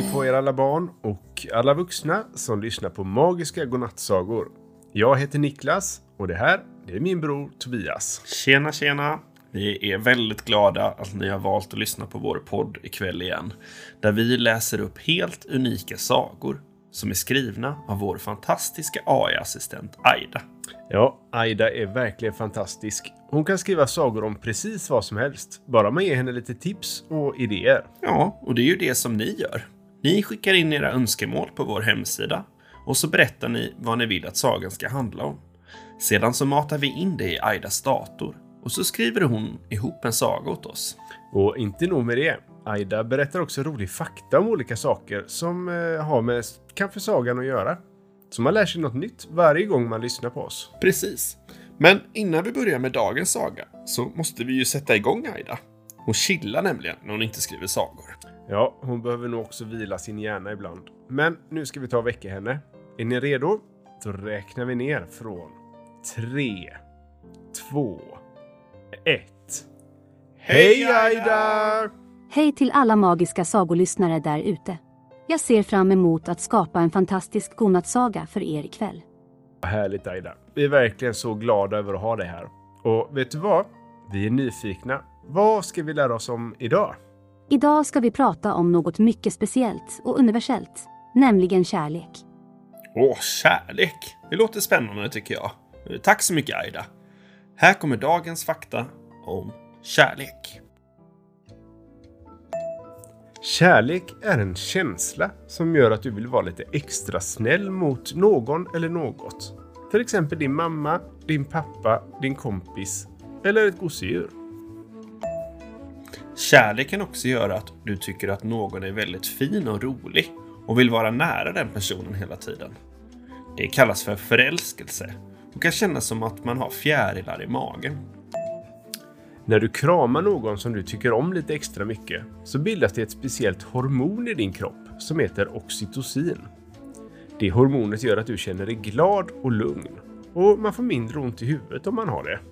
på er alla barn och alla vuxna som lyssnar på magiska godnattsagor. Jag heter Niklas och det är min bror Tobias. Tjena, tjena! Vi är väldigt glada att ni har valt att lyssna på vår podd ikväll igen. Där vi läser upp helt unika sagor som är skrivna av vår fantastiska AI-assistent Aida. Ja, Aida är verkligen fantastisk. Hon kan skriva sagor om precis vad som helst. Bara man ger henne lite tips och idéer. Ja, och det är ju det som ni gör. Ni skickar in era önskemål på vår hemsida och så berättar ni vad ni vill att sagan ska handla om. Sedan så matar vi in det i Aidas dator och så skriver hon ihop en saga åt oss. Och inte nog med det. Aida berättar också rolig fakta om olika saker som har med kanske sagan att göra. Så man lär sig något nytt varje gång man lyssnar på oss. Precis. Men innan vi börjar med dagens saga så måste vi ju sätta igång Aida. Hon chillar nämligen när hon inte skriver sagor. Ja, hon behöver nog också vila sin hjärna ibland. Men nu ska vi ta och väcka henne. Är ni redo? Då räknar vi ner från 3, 2, 1. Hej Aida! Hej till alla magiska sagolyssnare där ute. Jag ser fram emot att skapa en fantastisk godnattsaga för er ikväll. Härligt Aida. Vi är verkligen så glada över att ha dig här. Och vet du vad? Vi är nyfikna. Vad ska vi lära oss om idag? Idag ska vi prata om något mycket speciellt och universellt, nämligen kärlek. Kärlek. Det låter spännande tycker jag. Tack så mycket Aida. Här kommer dagens fakta om kärlek. Kärlek är en känsla som gör att du vill vara lite extra snäll mot någon eller något. Till exempel din mamma, din pappa, din kompis eller ett gosedjur. Kärlek kan också göra att du tycker att någon är väldigt fin och rolig och vill vara nära den personen hela tiden. Det kallas för förälskelse och kan kännas som att man har fjärilar i magen. När du kramar någon som du tycker om lite extra mycket så bildas det ett speciellt hormon i din kropp som heter oxytocin. Det hormonet gör att du känner dig glad och lugn och man får mindre ont i huvudet om man har det.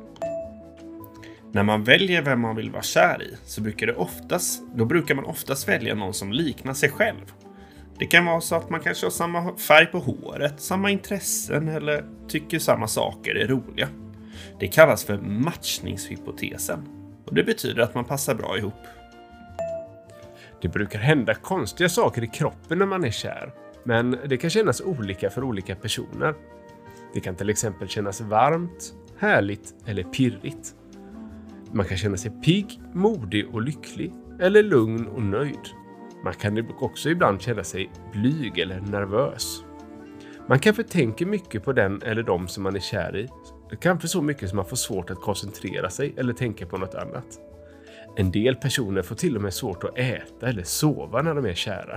När man väljer vem man vill vara kär i så brukar man oftast välja någon som liknar sig själv. Det kan vara så att man kanske har samma färg på håret, samma intressen eller tycker samma saker är roliga. Det kallas för matchningshypotesen och det betyder att man passar bra ihop. Det brukar hända konstiga saker i kroppen när man är kär, men det kan kännas olika för olika personer. Det kan till exempel kännas varmt, härligt eller pirrigt. Man kan känna sig pigg, modig och lycklig eller lugn och nöjd. Man kan också ibland känna sig blyg eller nervös. Man kanske tänker mycket på den eller de som man är kär i. Kanske så mycket som man får svårt att koncentrera sig eller tänka på något annat. En del personer får till och med svårt att äta eller sova när de är kära.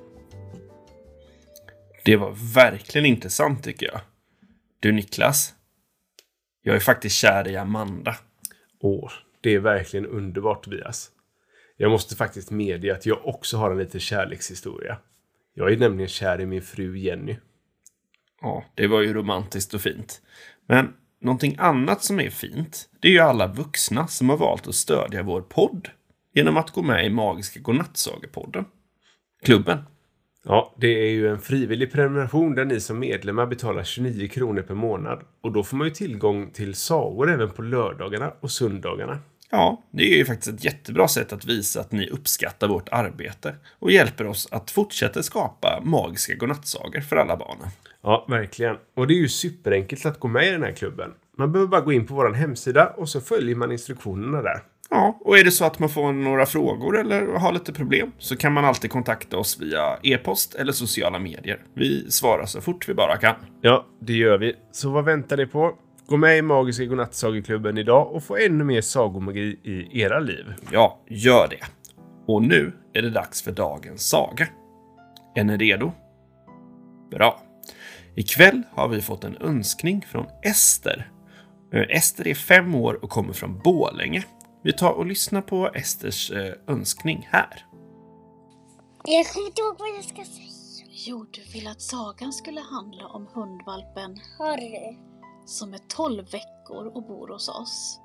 Det var verkligen intressant tycker jag. Du Niklas, jag är faktiskt kär i Amanda. Det är verkligen underbart Tobias. Jag måste faktiskt medge att jag också har en liten kärlekshistoria. Jag är nämligen kär i min fru Jenny. Ja, det var ju romantiskt och fint. Men någonting annat som är fint, det är ju alla vuxna som har valt att stödja vår podd genom att gå med i Magiska Godnattsagepodden. Klubben. Ja, det är ju en frivillig prenumeration där ni som medlemmar betalar 29 kronor per månad. Och då får man ju tillgång till sagor även på lördagarna och söndagarna. Ja, det är ju faktiskt ett jättebra sätt att visa att ni uppskattar vårt arbete och hjälper oss att fortsätta skapa magiska godnattsagor för alla barnen. Ja, verkligen. Och det är ju superenkelt att gå med i den här klubben. Man behöver bara gå in på vår hemsida och så följer man instruktionerna där. Ja, och är det så att man får några frågor eller har lite problem så kan man alltid kontakta oss via e-post eller sociala medier. Vi svarar så fort vi bara kan. Ja, det gör vi. Så vad väntar ni på? Gå med i Magiska Godnattsageklubben idag och få ännu mer sagomagi i era liv. Ja, gör det. Och nu är det dags för dagens saga. Är ni redo? Bra. Ikväll har vi fått en önskning från Ester. Ester är 5 år och kommer från Borlänge. Vi tar och lyssnar på Esters önskning här. Jag kommer inte ihåg vad jag ska säga. Jo, du vill att sagan skulle handla om hundvalpen Harry. som är 12 veckor och bor hos oss.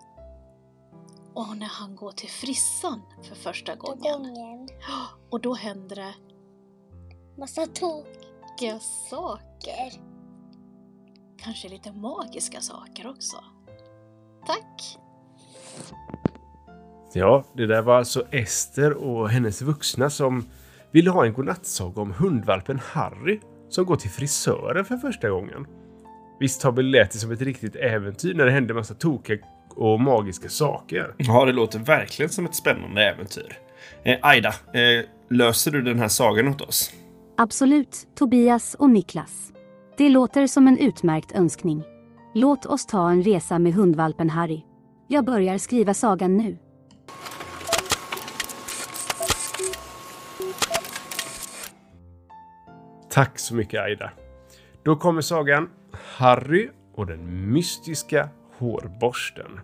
Och när han går till frissan för första gången. Och då händer det massa tokiga saker. Kanske lite magiska saker också. Tack! Ja, det där var alltså Ester och hennes vuxna som ville ha en godnattsaga om hundvalpen Harry som går till frisören för första gången. Visst har vi lät det som ett riktigt äventyr när det hände massa tokiga och magiska saker. Ja, det låter verkligen som ett spännande äventyr. Aida, löser du den här sagan åt oss? Absolut, Tobias och Niklas. Det låter som en utmärkt önskning. Låt oss ta en resa med hundvalpen Harry. Jag börjar skriva sagan nu. Tack så mycket, Aida. Då kommer sagan Harry och den mystiska hårborsten.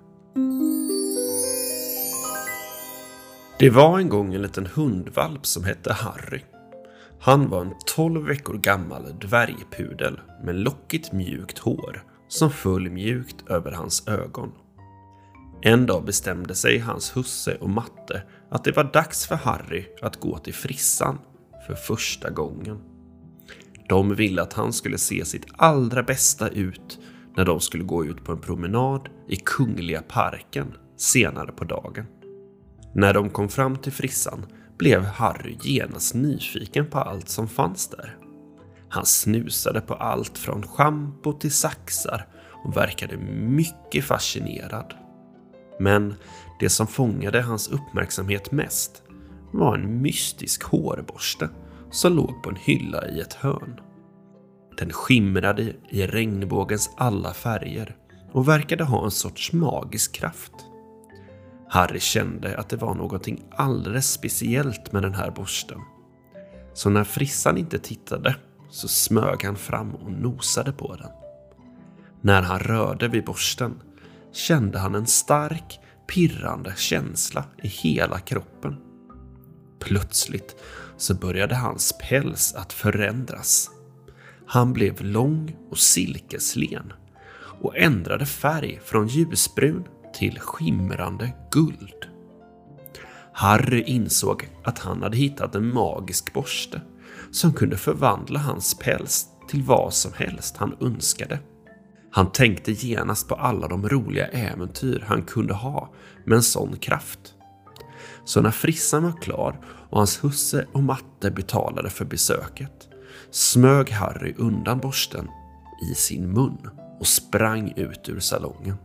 Det var en gång en liten hundvalp som hette Harry. Han var en 12 veckor gammal dvärgpudel med lockigt mjukt hår som föll mjukt över hans ögon. En dag bestämde sig hans husse och matte att det var dags för Harry att gå till frissan för första gången. De ville att han skulle se sitt allra bästa ut när de skulle gå ut på en promenad i Kungliga parken senare på dagen. När de kom fram till frissan blev Harry genast nyfiken på allt som fanns där. Han snusade på allt från schampo till saxar och verkade mycket fascinerad. Men det som fångade hans uppmärksamhet mest var en mystisk hårborste som låg på en hylla i ett hörn. Den skimrade i regnbågens alla färger och verkade ha en sorts magisk kraft. Harry kände att det var någonting alldeles speciellt med den här borsten. Så när frissan inte tittade så smög han fram och nosade på den. När han rörde vid borsten kände han en stark, pirrande känsla i hela kroppen. Plötsligt så började hans päls att förändras. Han blev lång och silkeslen och ändrade färg från ljusbrun till skimrande guld. Harry insåg att han hade hittat en magisk borste som kunde förvandla hans päls till vad som helst han önskade. Han tänkte genast på alla de roliga äventyr han kunde ha med en sån kraft. Så när frissan var klar och hans husse och matte betalade för besöket smög Harry undan borsten i sin mun och sprang ut ur salongen.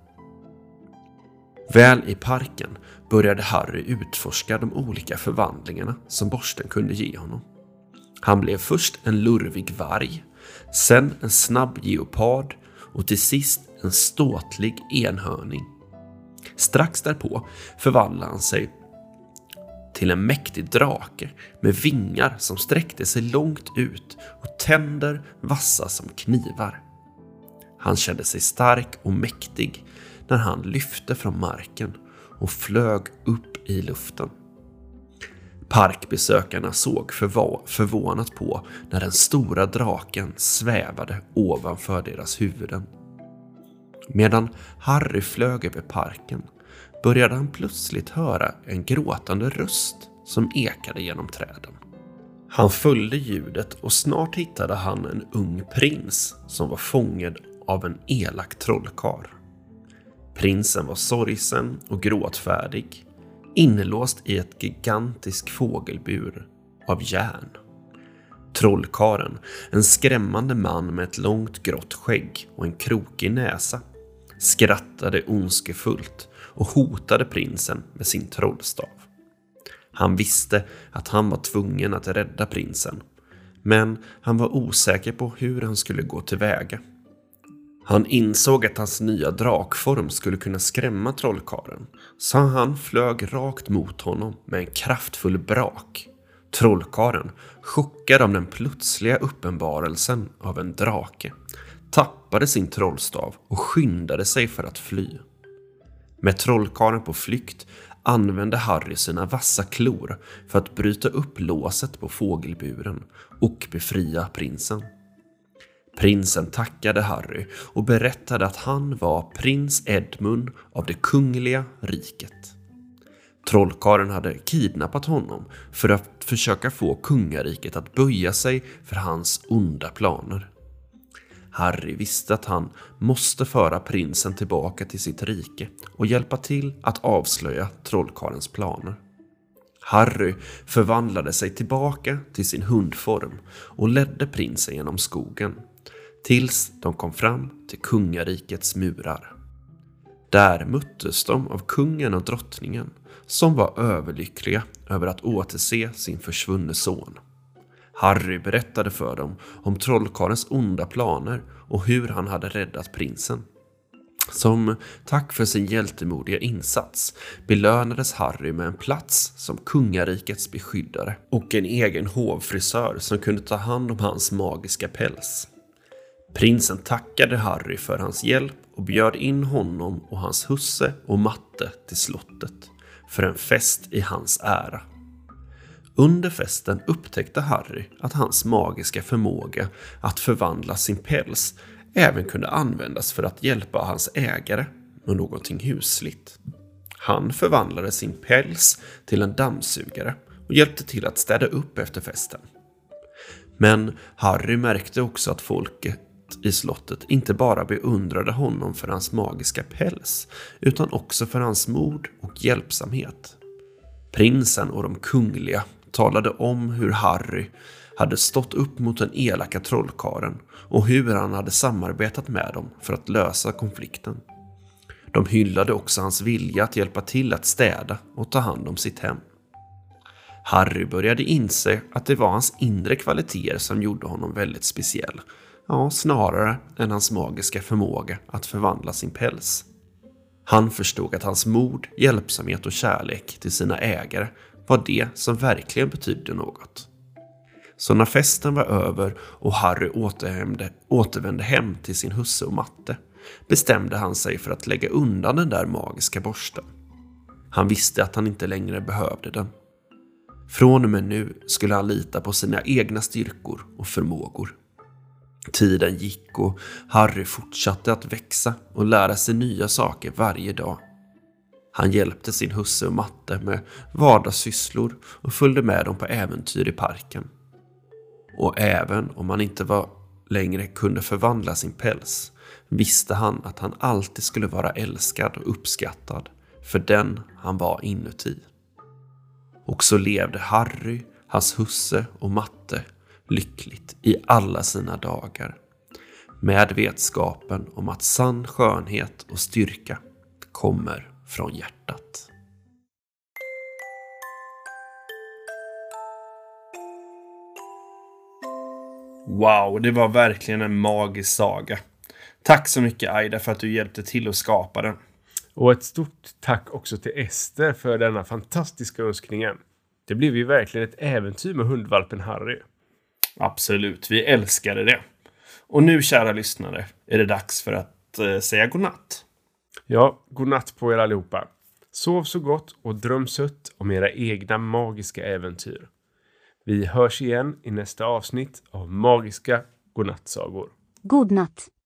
Väl i parken började Harry utforska de olika förvandlingarna som borsten kunde ge honom. Han blev först en lurvig varg, sen en snabb geopard och till sist en ståtlig enhörning. Strax därpå förvandlade han sig till en mäktig drake med vingar som sträckte sig långt ut och tänder vassa som knivar. Han kände sig stark och mäktig när han lyfte från marken och flög upp i luften. Parkbesökarna såg förvånat på när den stora draken svävade ovanför deras huvuden. Medan Harry flög över parken började han plötsligt höra en gråtande röst som ekade genom träden. Han följde ljudet och snart hittade han en ung prins som var fångad av en elak trollkarl. Prinsen var sorgsen och gråtfärdig, inlåst i ett gigantisk fågelbur av järn. Trollkaren, en skrämmande man med ett långt grått skägg och en krokig näsa, skrattade ondskefullt och hotade prinsen med sin trollstav. Han visste att han var tvungen att rädda prinsen, men han var osäker på hur han skulle gå tillväga. Han insåg att hans nya drakform skulle kunna skrämma trollkaren, så han flög rakt mot honom med en kraftfull brak. Trollkaren, chockad av den plötsliga uppenbarelsen av en drake, tappade sin trollstav och skyndade sig för att fly. Med trollkaren på flykt använde Harry sina vassa klor för att bryta upp låset på fågelburen och befria prinsen. Prinsen tackade Harry och berättade att han var prins Edmund av det kungliga riket. Trollkaren hade kidnappat honom för att försöka få kungariket att böja sig för hans onda planer. Harry visste att han måste föra prinsen tillbaka till sitt rike och hjälpa till att avslöja trollkarlens planer. Harry förvandlade sig tillbaka till sin hundform och ledde prinsen genom skogen tills de kom fram till kungarikets murar. Där möttes de av kungen och drottningen som var överlyckliga över att återse sin försvunne son. Harry berättade för dem om trollkarlens onda planer och hur han hade räddat prinsen. Som tack för sin hjältemodiga insats belönades Harry med en plats som kungarikets beskyddare och en egen hovfrisör som kunde ta hand om hans magiska päls. Prinsen tackade Harry för hans hjälp och bjöd in honom och hans husse och matte till slottet för en fest i hans ära. Under festen upptäckte Harry att hans magiska förmåga att förvandla sin päls även kunde användas för att hjälpa hans ägare med någonting husligt. Han förvandlade sin päls till en dammsugare och hjälpte till att städa upp efter festen. Men Harry märkte också att folket i slottet inte bara beundrade honom för hans magiska päls utan också för hans mod och hjälpsamhet. Prinsen och de kungliga talade om hur Harry hade stått upp mot den elaka trollkaren och hur han hade samarbetat med dem för att lösa konflikten. De hyllade också hans vilja att hjälpa till att städa och ta hand om sitt hem. Harry började inse att det var hans inre kvaliteter som gjorde honom väldigt speciell. Ja, snarare än hans magiska förmåga att förvandla sin päls. Han förstod att hans mod, hjälpsamhet och kärlek till sina ägare var det som verkligen betydde något. Så när festen var över och Harry återvände hem till sin husse och matte bestämde han sig för att lägga undan den där magiska borsten. Han visste att han inte längre behövde den. Från och med nu skulle han lita på sina egna styrkor och förmågor. Tiden gick och Harry fortsatte att växa och lära sig nya saker varje dag. Han hjälpte sin husse och matte med vardagssysslor och följde med dem på äventyr i parken. Och även om han inte längre kunde förvandla sin päls visste han att han alltid skulle vara älskad och uppskattad för den han var inuti. Och så levde Harry, hans husse och matte lyckligt i alla sina dagar med vetskapen om att sann skönhet och styrka kommer från hjärtat. Wow, det var verkligen en magisk saga. Tack så mycket Aida för att du hjälpte till att skapa den. Och ett stort tack också till Ester för denna fantastiska önskningen. Det blev ju verkligen ett äventyr med hundvalpen Harry. Absolut, vi älskade det. Och nu, kära lyssnare, är det dags för att säga godnatt. Ja, godnatt på er allihopa. Sov så gott och dröm sött om era egna magiska äventyr. Vi hörs igen i nästa avsnitt av Magiska godnattsagor. God natt.